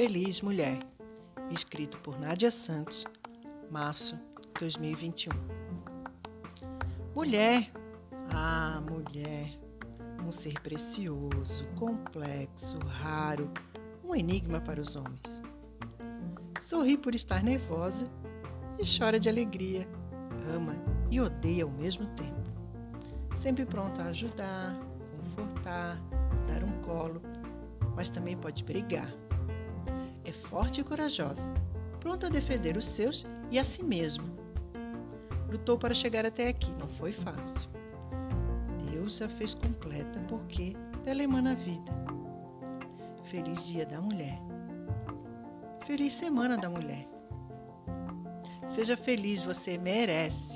Feliz Mulher, escrito por Nádia Santos, março 2021. Mulher, mulher, um ser precioso, complexo, raro, um enigma para os homens. Sorri por estar nervosa e chora de alegria, ama e odeia ao mesmo tempo. Sempre pronta a ajudar, confortar, dar um colo, mas também pode brigar. É forte e corajosa, pronta a defender os seus e a si mesma. Lutou para chegar até aqui, não foi fácil. Deus a fez completa porque dela emana a vida. Feliz Dia da Mulher. Feliz Semana da Mulher. Seja feliz, você merece.